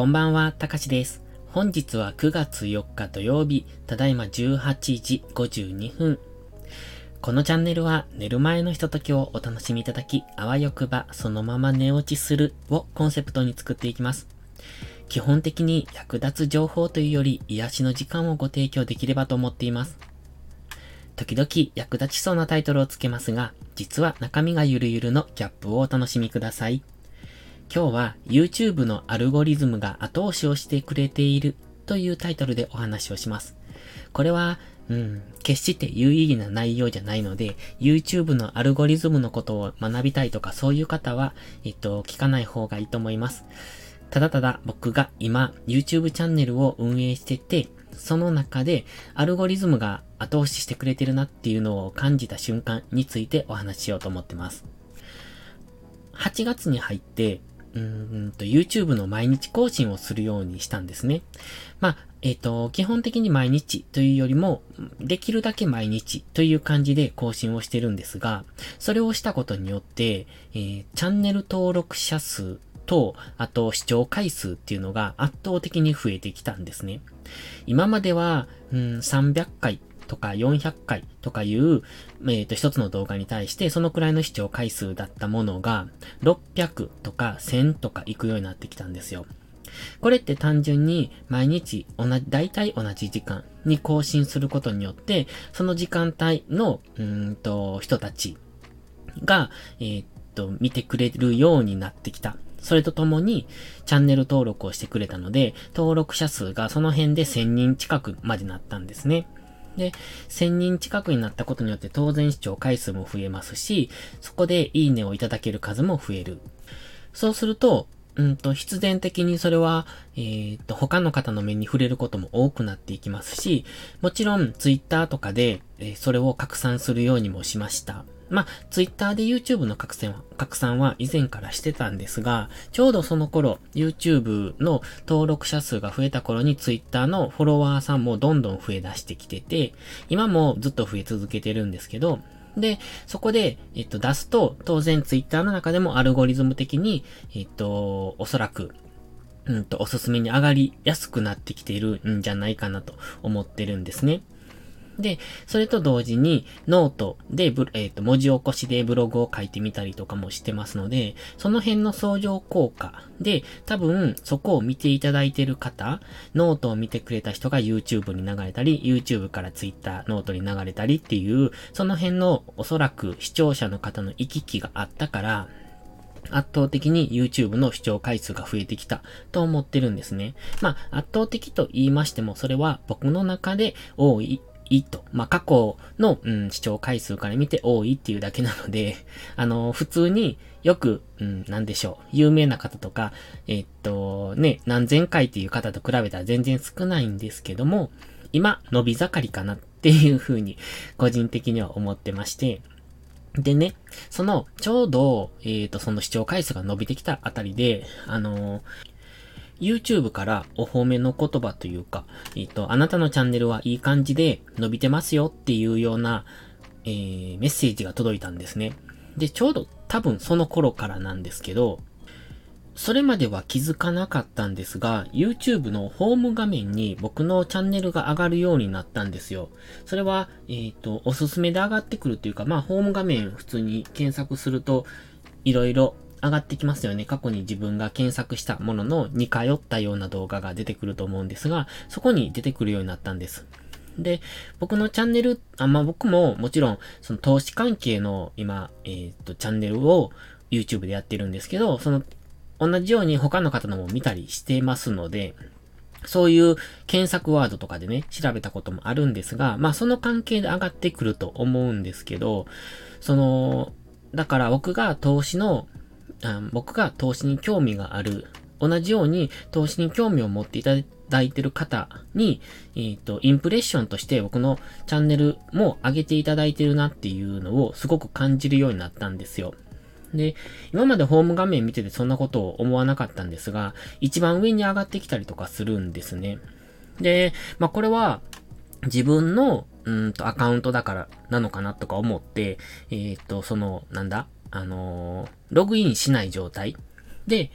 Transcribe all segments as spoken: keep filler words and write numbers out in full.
こんばんは、たかしです。本日はくがつよっか土曜日、ただいまじゅうはちじごじゅうにふん。このチャンネルは寝る前のひとときをお楽しみいただき、あわよくばそのまま寝落ちするをコンセプトに作っていきます。基本的に役立つ情報というより癒しの時間をご提供できればと思っています。時々役立ちそうなタイトルをつけますが、実は中身がゆるゆるのギャップをお楽しみください。今日は YouTube のアルゴリズムが後押しをしてくれているというタイトルでお話をします。これは、うん、決して有意義な内容じゃないので、YouTube のアルゴリズムのことを学びたいとかそういう方は、えっと、聞かない方がいいと思います。ただただ僕が今 YouTube チャンネルを運営してて、その中でアルゴリズムが後押ししてくれてるなっていうのを感じた瞬間についてお話ししようと思ってます。はちがつに入って、うーんと YouTube の毎日更新をするようにしたんですね。まあ、えっと、基本的に毎日というよりも、できるだけ毎日という感じで更新をしてるんですが、それをしたことによって、えー、チャンネル登録者数と、あと視聴回数っていうのが圧倒的に増えてきたんですね。今までは、うん、さんびゃっかいとかよんひゃっかいとかいう、えっと、一つの動画に対してそのくらいの視聴回数だったものが、ろっぴゃくとかせんとか行くようになってきたんですよ。これって単純に毎日同じ、大体同じ時間に更新することによって、その時間帯の、うーんと、人たちが、えーっと、見てくれるようになってきた。それとともに、チャンネル登録をしてくれたので、登録者数がその辺でせんにん近くまでなったんですね。で、せんにん近くになったことによって当然視聴回数も増えますし、そこでいいねをいただける数も増える。そうすると、うんと、必然的にそれは、えっと、他の方の目に触れることも多くなっていきますし、もちろん、ツイッターとかで、えーそれを拡散するようにもしました。まあ、ツイッターで YouTube の拡散は、拡散は以前からしてたんですが、ちょうどその頃、YouTube の登録者数が増えた頃に Twitter のフォロワーさんもどんどん増え出してきてて、今もずっと増え続けてるんですけど、で、そこで、えっと、出すと、当然ツイッターの中でもアルゴリズム的に、えっと、おそらく、うんと、おすすめに上がりやすくなってきているんじゃないかなと思ってるんですね。で、それと同時に、ノートでブ、えっと、文字起こしでブログを書いてみたりとかもしてますので、その辺の相乗効果で、多分、そこを見ていただいている方、ノートを見てくれた人が YouTube に流れたり、YouTube から Twitter、ノートに流れたりっていう、その辺のおそらく視聴者の方の行き来があったから、圧倒的に YouTube の視聴回数が増えてきたと思ってるんですね。まあ、圧倒的と言いましても、それは僕の中で多い、いいと。まあ、過去の、うん、視聴回数から見て多いっていうだけなので、あの、普通によく、うん、なんでしょう。有名な方とか、えっと、ね、何千回っていう方と比べたら全然少ないんですけども、今、伸び盛りかなっていうふうに、個人的には思ってまして、でね、その、ちょうど、えっと、その視聴回数が伸びてきたあたりで、あのー、YouTube からお褒めの言葉というか、えっと、あなたのチャンネルはいい感じで伸びてますよっていうような、えー、メッセージが届いたんですね。で、ちょうど多分その頃からなんですけど、それまでは気づかなかったんですが、YouTube のホーム画面に僕のチャンネルが上がるようになったんですよ。それは、えっと、おすすめで上がってくるというか、まあ、ホーム画面普通に検索すると、いろいろ上がってきますよね。過去に自分が検索したものの似通ったような動画が出てくると思うんですが、そこに出てくるようになったんです。で、僕のチャンネル、あ、まあ、僕ももちろん、その投資関係の今、えっと、チャンネルを YouTube でやってるんですけど、その同じように他の方のも見たりしてますので、そういう検索ワードとかでね、調べたこともあるんですが、まあその関係で上がってくると思うんですけど、その、だから僕が投資の、あ僕が投資に興味がある、同じように投資に興味を持っていただいている方に、えっと、インプレッションとして僕のチャンネルも上げていただいてるなっていうのをすごく感じるようになったんですよ。で、今までホーム画面見ててそんなことを思わなかったんですが、一番上に上がってきたりとかするんですね。で、まあこれは自分のうんとアカウントだからなのかなとか思って、えっと、その、なんだあのーログインしない状態で、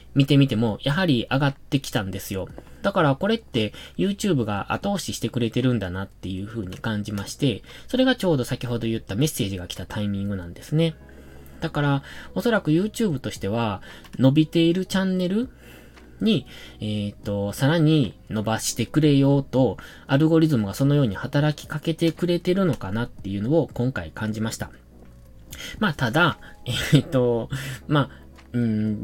見てみても、やはり上がってきたんですよ。だからこれって YouTube が後押ししてくれてるんだなっていう風に感じまして、それがちょうど先ほど言ったメッセージが来たタイミングなんですね。だから、おそらく YouTube としては、伸びているチャンネルに、えっと、さらに伸ばしてくれようと、アルゴリズムがそのように働きかけてくれてるのかなっていうのを今回感じました。まあ、ただ、えっと、まあ、うん、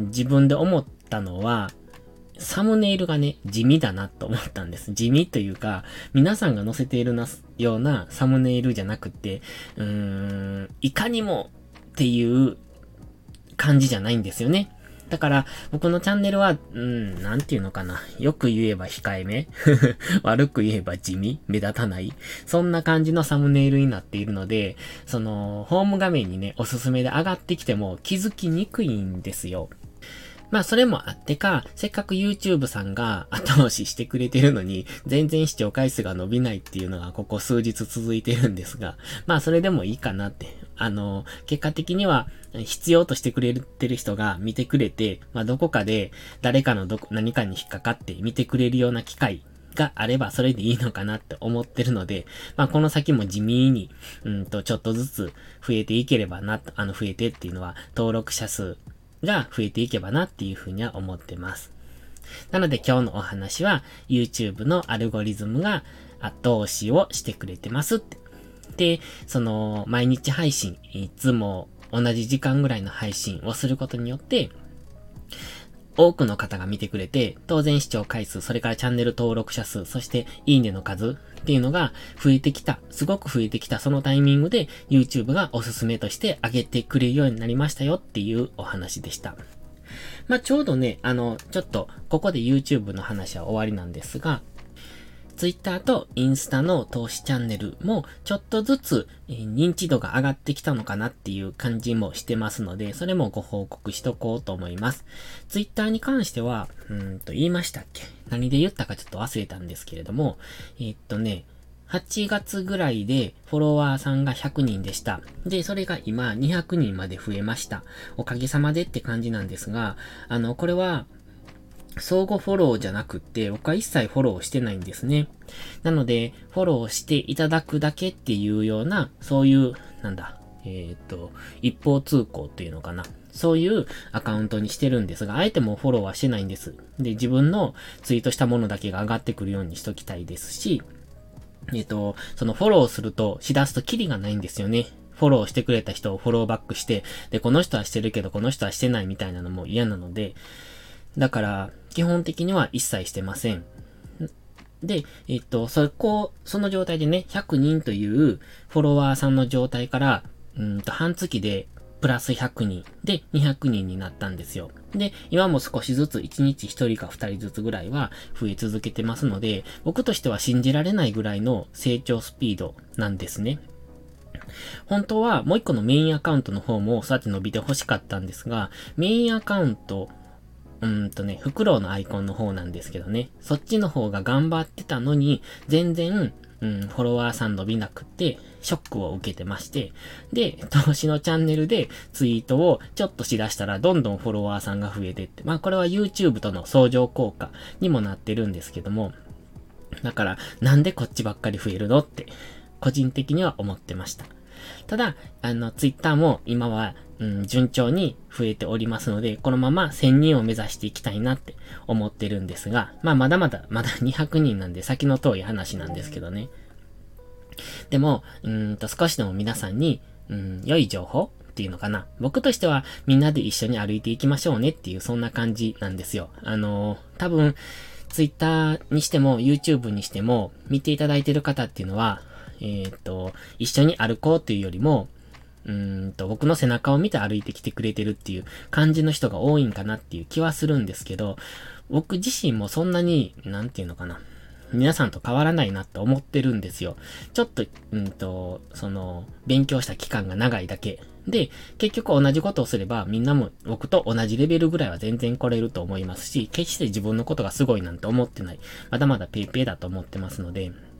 自分で思ったのは、サムネイルがね、地味だなと思ったんです。地味というか、皆さんが載せているなようなサムネイルじゃなくて、うーん、いかにもっていう感じじゃないんですよね。だから、僕のチャンネルは、うん、なんていうのかな。よく言えば控えめ悪く言えば地味目立たないそんな感じのサムネイルになっているので、その、ホーム画面にね、おすすめで上がってきても気づきにくいんですよ。まあそれもあってか、せっかく YouTube さんが後押ししてくれてるのに、全然視聴回数が伸びないっていうのがここ数日続いてるんですが、まあそれでもいいかなって。あの、結果的には必要としてくれてる人が見てくれて、まあどこかで誰かのどこ、何かに引っかかって見てくれるような機会があればそれでいいのかなって思ってるので、まあこの先も地味に、うんとちょっとずつ増えていければな、あの増えてっていうのは登録者数、が増えていけばなっていうふうには思ってます。なので今日のお話は YouTube のアルゴリズムが後押しをしてくれてますって。で、その毎日配信、いつも同じ時間ぐらいの配信をすることによって、多くの方が見てくれて、当然視聴回数、それからチャンネル登録者数、そしていいねの数っていうのが増えてきた、すごく増えてきたそのタイミングで YouTube がおすすめとして上げてくれるようになりましたよっていうお話でした。まあ、ちょうどね、あの、ちょっとここで YouTube の話は終わりなんですが、Twitter とインスタの投資チャンネルもちょっとずつ認知度が上がってきたのかなっていう感じもしてますので、それもご報告しとこうと思います。Twitter に関しては、うーんと言いましたっけ？何で言ったかちょっと忘れたんですけれども、えー、っとね、はちがつぐらいでフォロワーさんがひゃくにんでした。で、それが今にひゃくにんまで増えました。おかげさまでって感じなんですが、あの、これは、相互フォローじゃなくって、僕は一切フォローしてないんですね。なので、フォローしていただくだけっていうような、そういう、なんだ、えっと、一方通行っていうのかな。そういうアカウントにしてるんですが、あえてもフォローはしてないんです。で、自分のツイートしたものだけが上がってくるようにしときたいですし、えっと、そのフォローすると、しだすとキリがないんですよね。フォローしてくれた人をフォローバックして、で、この人はしてるけど、この人はしてないみたいなのも嫌なので、だから、基本的には一切してません。で、えっと、そこ、その状態でね、ひゃくにんというフォロワーさんの状態から、うんと、半月でプラスひゃくにんでにひゃくにんになったんですよ。で、今も少しずついちにちひとりかふたりずつぐらいは増え続けてますので、僕としては信じられないぐらいの成長スピードなんですね。本当はもう一個のメインアカウントの方もそうやって伸びて欲しかったんですが、メインアカウント、うーんとね、フクロウのアイコンの方なんですけどね、そっちの方が頑張ってたのに、全然、うん、フォロワーさん伸びなくって、ショックを受けてまして、で、投資のチャンネルでツイートをちょっとしだしたら、どんどんフォロワーさんが増えてって、まあこれは YouTube との相乗効果にもなってるんですけども、だから、なんでこっちばっかり増えるのって、個人的には思ってました。ただ、あの、ツイッターも今は、うん、順調に増えておりますので、このまませんにんを目指していきたいなって思ってるんですが、まあまだまだ、まだにひゃくにんなんで先の遠い話なんですけどね。でも、うーんと少しでも皆さんに、うん、良い情報っていうのかな。僕としてはみんなで一緒に歩いていきましょうねっていうそんな感じなんですよ。あのー、多分、ツイッターにしても YouTube にしても見ていただいてる方っていうのは、えっと、一緒に歩こうというよりも、うーんと、僕の背中を見て歩いてきてくれてるっていう感じの人が多いんかなっていう気はするんですけど、僕自身もそんなに、なんていうのかな。皆さんと変わらないなって思ってるんですよ。ちょっと、うんと、その、勉強した期間が長いだけ。で、結局同じことをすればみんなも僕と同じレベルぐらいは全然来れると思いますし、決して自分のことがすごいなんて思ってない。まだまだペイペイだと思ってますので、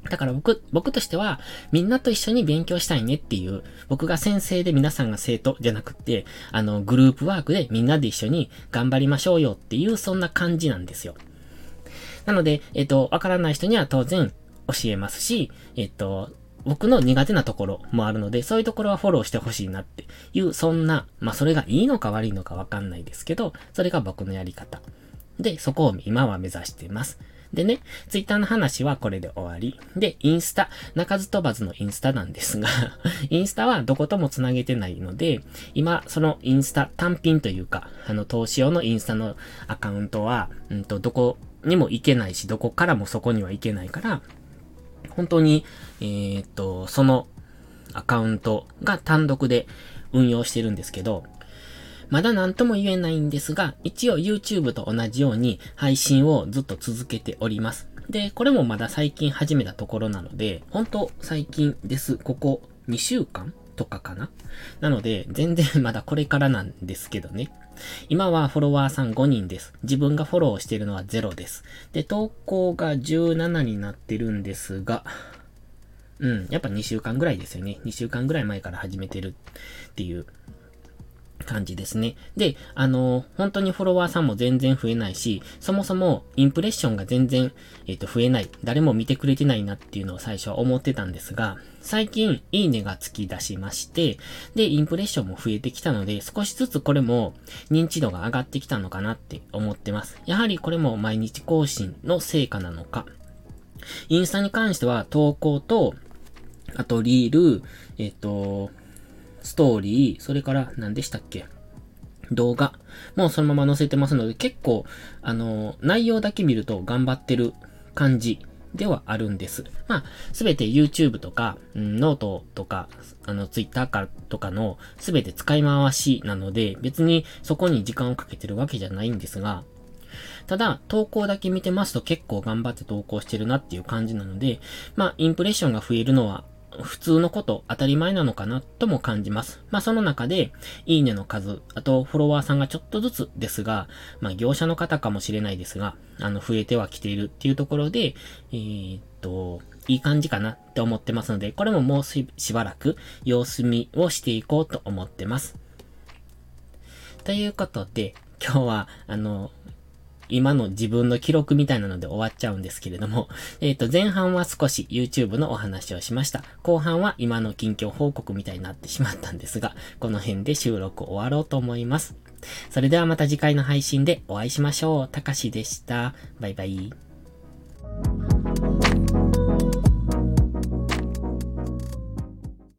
だから僕、僕としては、みんなと一緒に勉強したいねっていう、僕が先生で皆さんが生徒じゃなくって、あの、グループワークでみんなで一緒に頑張りましょうよっていう、そんな感じなんですよ。なので、えっと、わからない人には当然教えますし、えっと、僕の苦手なところもあるので、そういうところはフォローしてほしいなっていう、そんな、まあそれがいいのか悪いのかわかんないですけど、それが僕のやり方。で、そこを今は目指しています。でね、ツイッターの話はこれで終わり。で、インスタ、鳴かず飛ばずのインスタなんですが、インスタはどこともつなげてないので、今、そのインスタ単品というか、あの、投資用のインスタのアカウントは、うんと、どこにも行けないし、どこからもそこには行けないから、本当に、えー、っと、そのアカウントが単独で運用してるんですけど、まだ何とも言えないんですが、一応 YouTube と同じように配信をずっと続けております。で、これもまだ最近始めたところなので、本当最近です。ここにしゅうかんとかかな。なので、全然まだこれからなんですけどね。今はフォロワーさんごにんです。自分がフォローしているのはゼロです。で、投稿がじゅうななになってるんですが、うん、やっぱにしゅうかんぐらいですよね。にしゅうかんぐらい前から始めてるっていう感じですね。で、あの、本当にフォロワーさんも全然増えないし、そもそもインプレッションが全然、えっと、増えない。誰も見てくれてないなっていうのを最初は思ってたんですが、最近、いいねがつき出しまして、で、インプレッションも増えてきたので、少しずつこれも認知度が上がってきたのかなって思ってます。やはりこれも毎日更新の成果なのか。インスタに関しては投稿と、あとリール、えっと、ストーリー、それから何でしたっけ？動画もうそのまま載せてますので、結構、あの、内容だけ見ると頑張ってる感じではあるんです。まあ、すべて YouTube とか、うん、ノートとか、あの、Twitter かとかのすべて使い回しなので、別にそこに時間をかけてるわけじゃないんですが、ただ、投稿だけ見てますと結構頑張って投稿してるなっていう感じなので、まあ、インプレッションが増えるのは普通のこと、当たり前なのかなとも感じます。まあその中で、いいねの数、あとフォロワーさんがちょっとずつですが、まあ業者の方かもしれないですが、あの、増えてはきているっていうところで、えー、っと、いい感じかなって思ってますので、これももうしばらく様子見をしていこうと思ってます。ということで、今日は、あの、今の自分の記録みたいなので終わっちゃうんですけれども、えっと、前半は少し YouTube のお話をしました。後半は今の近況報告みたいになってしまったんですが、この辺で収録終わろうと思います。それではまた次回の配信でお会いしましょう。たかしでした。バイバイ。